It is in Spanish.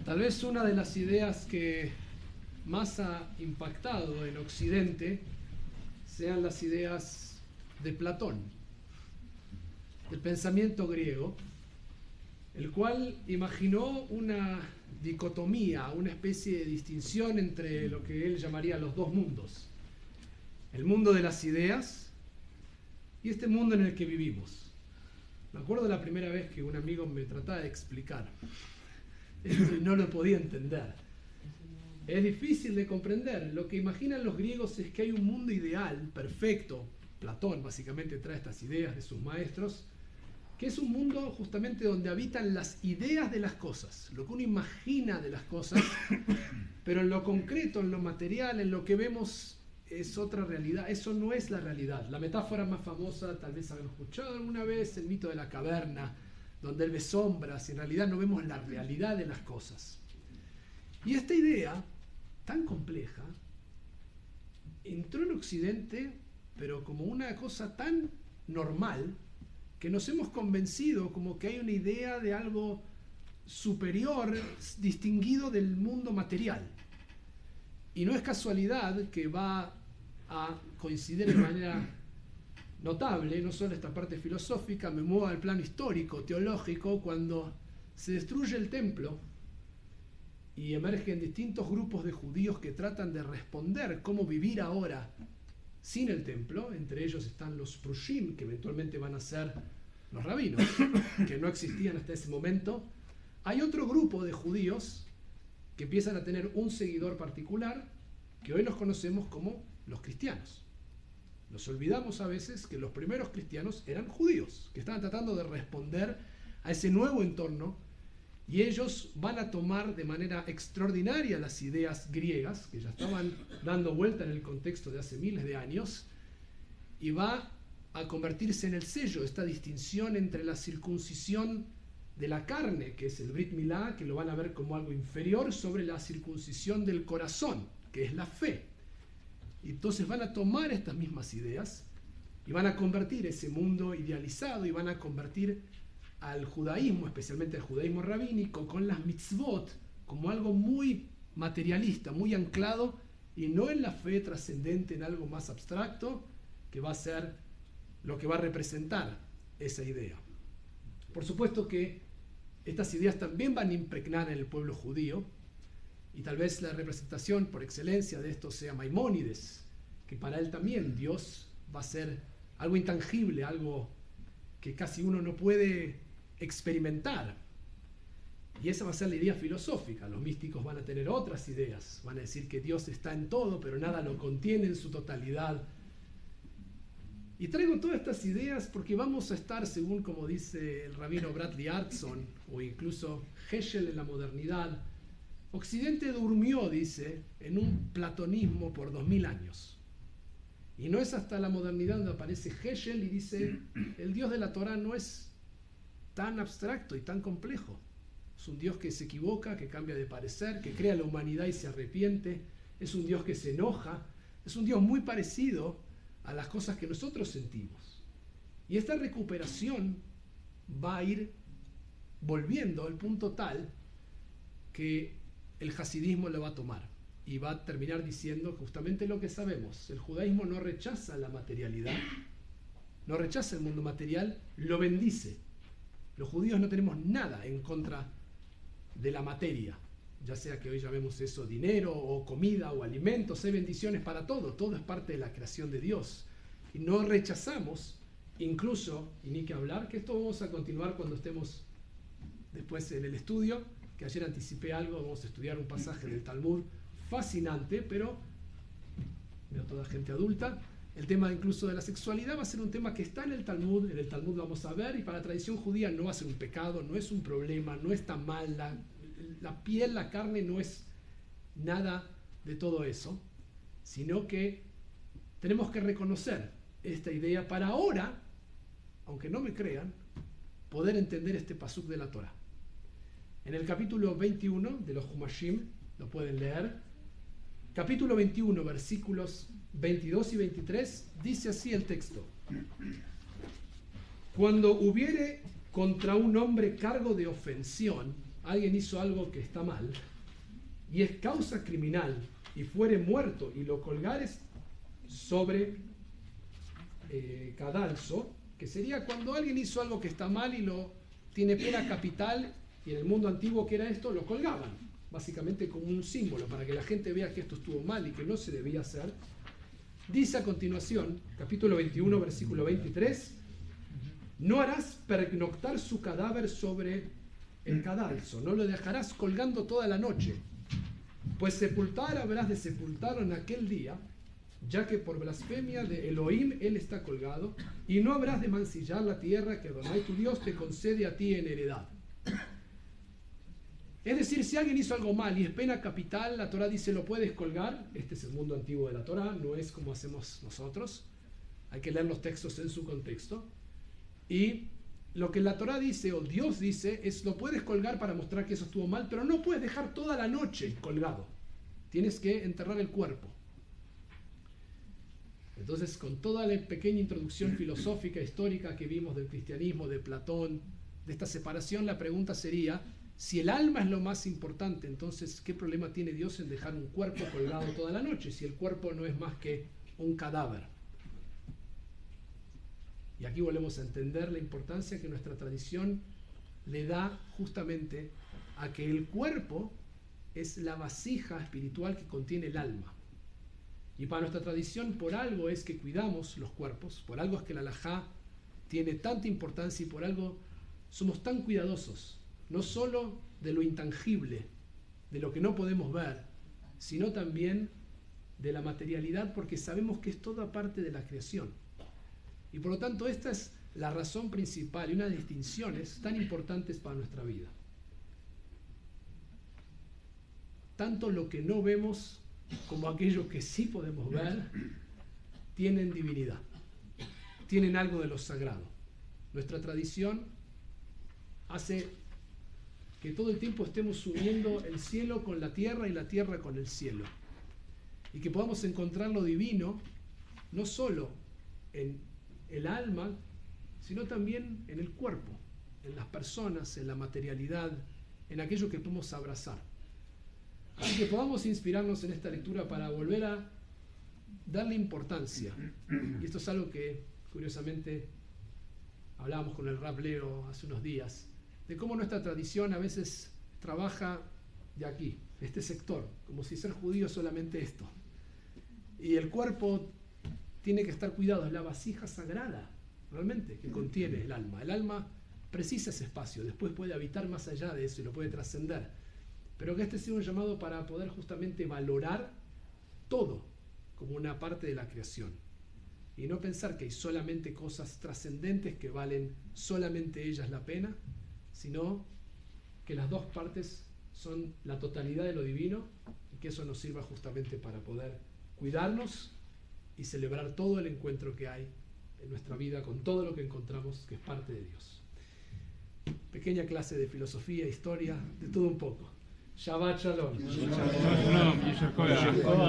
Tal vez una de las ideas que más ha impactado en Occidente sean las ideas de Platón, del pensamiento griego, el cual imaginó una dicotomía, una especie de distinción entre lo que él llamaría los dos mundos: el mundo de las ideas y este mundo en el que vivimos. Me acuerdo la primera vez que un amigo me trataba de explicar esto y no lo podía entender. Es difícil de comprender. Lo que imaginan los griegos es que hay un mundo ideal, perfecto. Platón básicamente trae estas ideas de sus maestros, que es un mundo justamente donde habitan las ideas de las cosas, lo que uno imagina de las cosas, pero en lo concreto, en lo material, en lo que vemos, es otra realidad. Eso no es la realidad. La metáfora más famosa, tal vez habrán escuchado alguna vez, el mito de la caverna, donde él ve sombras y en realidad no vemos la realidad de las cosas. Y esta idea tan compleja entró en Occidente, pero como una cosa tan normal, que nos hemos convencido como que hay una idea de algo superior, distinguido del mundo material. Y no es casualidad que va a coincidir de manera notable, no solo esta parte filosófica, me muevo al plano histórico, teológico, cuando se destruye el templo y emergen distintos grupos de judíos que tratan de responder cómo vivir ahora sin el templo. Entre ellos están los prushim, que eventualmente van a ser los rabinos, que no existían hasta ese momento. Hay otro grupo de judíos que empiezan a tener un seguidor particular, que hoy los conocemos como los cristianos. Nos olvidamos a veces que los primeros cristianos eran judíos, que estaban tratando de responder a ese nuevo entorno, y ellos van a tomar de manera extraordinaria las ideas griegas, que ya estaban dando vuelta en el contexto de hace miles de años, y va a convertirse en el sello, esta distinción entre la circuncisión de la carne, que es el Brit Milá, que lo van a ver como algo inferior, sobre la circuncisión del corazón, que es la fe. Y entonces van a tomar estas mismas ideas y van a convertir ese mundo idealizado y van a convertir al judaísmo, especialmente al judaísmo rabínico, con las mitzvot, como algo muy materialista, muy anclado, y no en la fe trascendente, en algo más abstracto, que va a ser lo que va a representar esa idea. Por supuesto que estas ideas también van a impregnar en el pueblo judío, y tal vez la representación por excelencia de esto sea Maimónides, que para él también Dios va a ser algo intangible, algo que casi uno no puede experimentar. Y esa va a ser la idea filosófica. Los místicos van a tener otras ideas, van a decir que Dios está en todo, pero nada lo contiene en su totalidad. Y traigo todas estas ideas porque vamos a estar, según como dice el rabino Bradley Artson, o incluso Heschel en la modernidad, Occidente durmió, dice, en un platonismo por 2000 años. Y no es hasta la modernidad donde aparece Heschel y dice, el Dios de la Torá no es tan abstracto y tan complejo. Es un Dios que se equivoca, que cambia de parecer, que crea la humanidad y se arrepiente. Es un Dios que se enoja. Es un Dios muy parecido a las cosas que nosotros sentimos. Y esta recuperación va a ir volviendo al punto tal que el hasidismo lo va a tomar y va a terminar diciendo justamente lo que sabemos. El judaísmo no rechaza la materialidad, no rechaza el mundo material, lo bendice. Los judíos no tenemos nada en contra de la materia, ya sea que hoy llamemos eso dinero o comida o alimentos. Hay bendiciones para todo, todo es parte de la creación de Dios. Y no rechazamos, incluso, y ni que hablar, que esto vamos a continuar cuando estemos después en el estudio, que ayer anticipé algo, vamos a estudiar un pasaje del Talmud fascinante, pero veo toda gente adulta. El tema incluso de la sexualidad va a ser un tema que está en el Talmud lo vamos a ver, y para la tradición judía no va a ser un pecado, no es un problema, no está mal, la piel, la carne no es nada de todo eso, sino que tenemos que reconocer esta idea para ahora, aunque no me crean, poder entender este pasuk de la Torah. En el capítulo 21 de los Humashim, lo pueden leer, capítulo 21, versículos 22 y 23, dice así el texto: cuando hubiere contra un hombre cargo de ofensión, alguien hizo algo que está mal, y es causa criminal, y fuere muerto, y lo colgares sobre cadalso, que sería cuando alguien hizo algo que está mal y lo tiene pena capital, y en el mundo antiguo que era esto, lo colgaban, básicamente como un símbolo, para que la gente vea que esto estuvo mal y que no se debía hacer. Dice a continuación, capítulo 21, versículo 23, no harás pernoctar su cadáver sobre el cadalso, no lo dejarás colgando toda la noche, pues sepultar habrás de sepultarlo en aquel día, ya que por blasfemia de Elohim él está colgado, y no habrás de mancillar la tierra que Adonai tu Dios te concede a ti en heredad. Es decir, si alguien hizo algo mal y es pena capital, la Torá dice lo puedes colgar. Este es el mundo antiguo de la Torá, no es como hacemos nosotros. Hay que leer los textos en su contexto. Y lo que la Torá dice, o Dios dice, es lo puedes colgar para mostrar que eso estuvo mal, pero no puedes dejar toda la noche colgado. Tienes que enterrar el cuerpo. Entonces, con toda la pequeña introducción filosófica, histórica que vimos del cristianismo, de Platón, de esta separación, la pregunta sería, si el alma es lo más importante, entonces, ¿qué problema tiene Dios en dejar un cuerpo colgado toda la noche, si el cuerpo no es más que un cadáver? Y aquí volvemos a entender la importancia que nuestra tradición le da justamente a que el cuerpo es la vasija espiritual que contiene el alma. Y para nuestra tradición, por algo es que cuidamos los cuerpos, por algo es que la halajá tiene tanta importancia y por algo somos tan cuidadosos, no solo de lo intangible, de lo que no podemos ver, sino también de la materialidad, porque sabemos que es toda parte de la creación. Y por lo tanto, esta es la razón principal y una de las distinciones tan importantes para nuestra vida. Tanto lo que no vemos como aquello que sí podemos ver, tienen divinidad, tienen algo de lo sagrado. Nuestra tradición hace que todo el tiempo estemos uniendo el cielo con la tierra y la tierra con el cielo. Y que podamos encontrar lo divino, no solo en el alma, sino también en el cuerpo, en las personas, en la materialidad, en aquello que podemos abrazar. Así que podamos inspirarnos en esta lectura para volver a darle importancia. Y esto es algo que, curiosamente, hablábamos con el Rav Leo hace unos días, de cómo nuestra tradición a veces trabaja de aquí, este sector, como si ser judío solamente esto. Y el cuerpo tiene que estar cuidado, es la vasija sagrada, realmente, que contiene el alma. El alma precisa ese espacio, después puede habitar más allá de eso y lo puede trascender. Pero que este sea un llamado para poder justamente valorar todo como una parte de la creación. Y no pensar que hay solamente cosas trascendentes que valen solamente ellas la pena, sino que las dos partes son la totalidad de lo divino y que eso nos sirva justamente para poder cuidarnos y celebrar todo el encuentro que hay en nuestra vida con todo lo que encontramos que es parte de Dios. Pequeña clase de filosofía, historia, de todo un poco. Shabbat Shalom.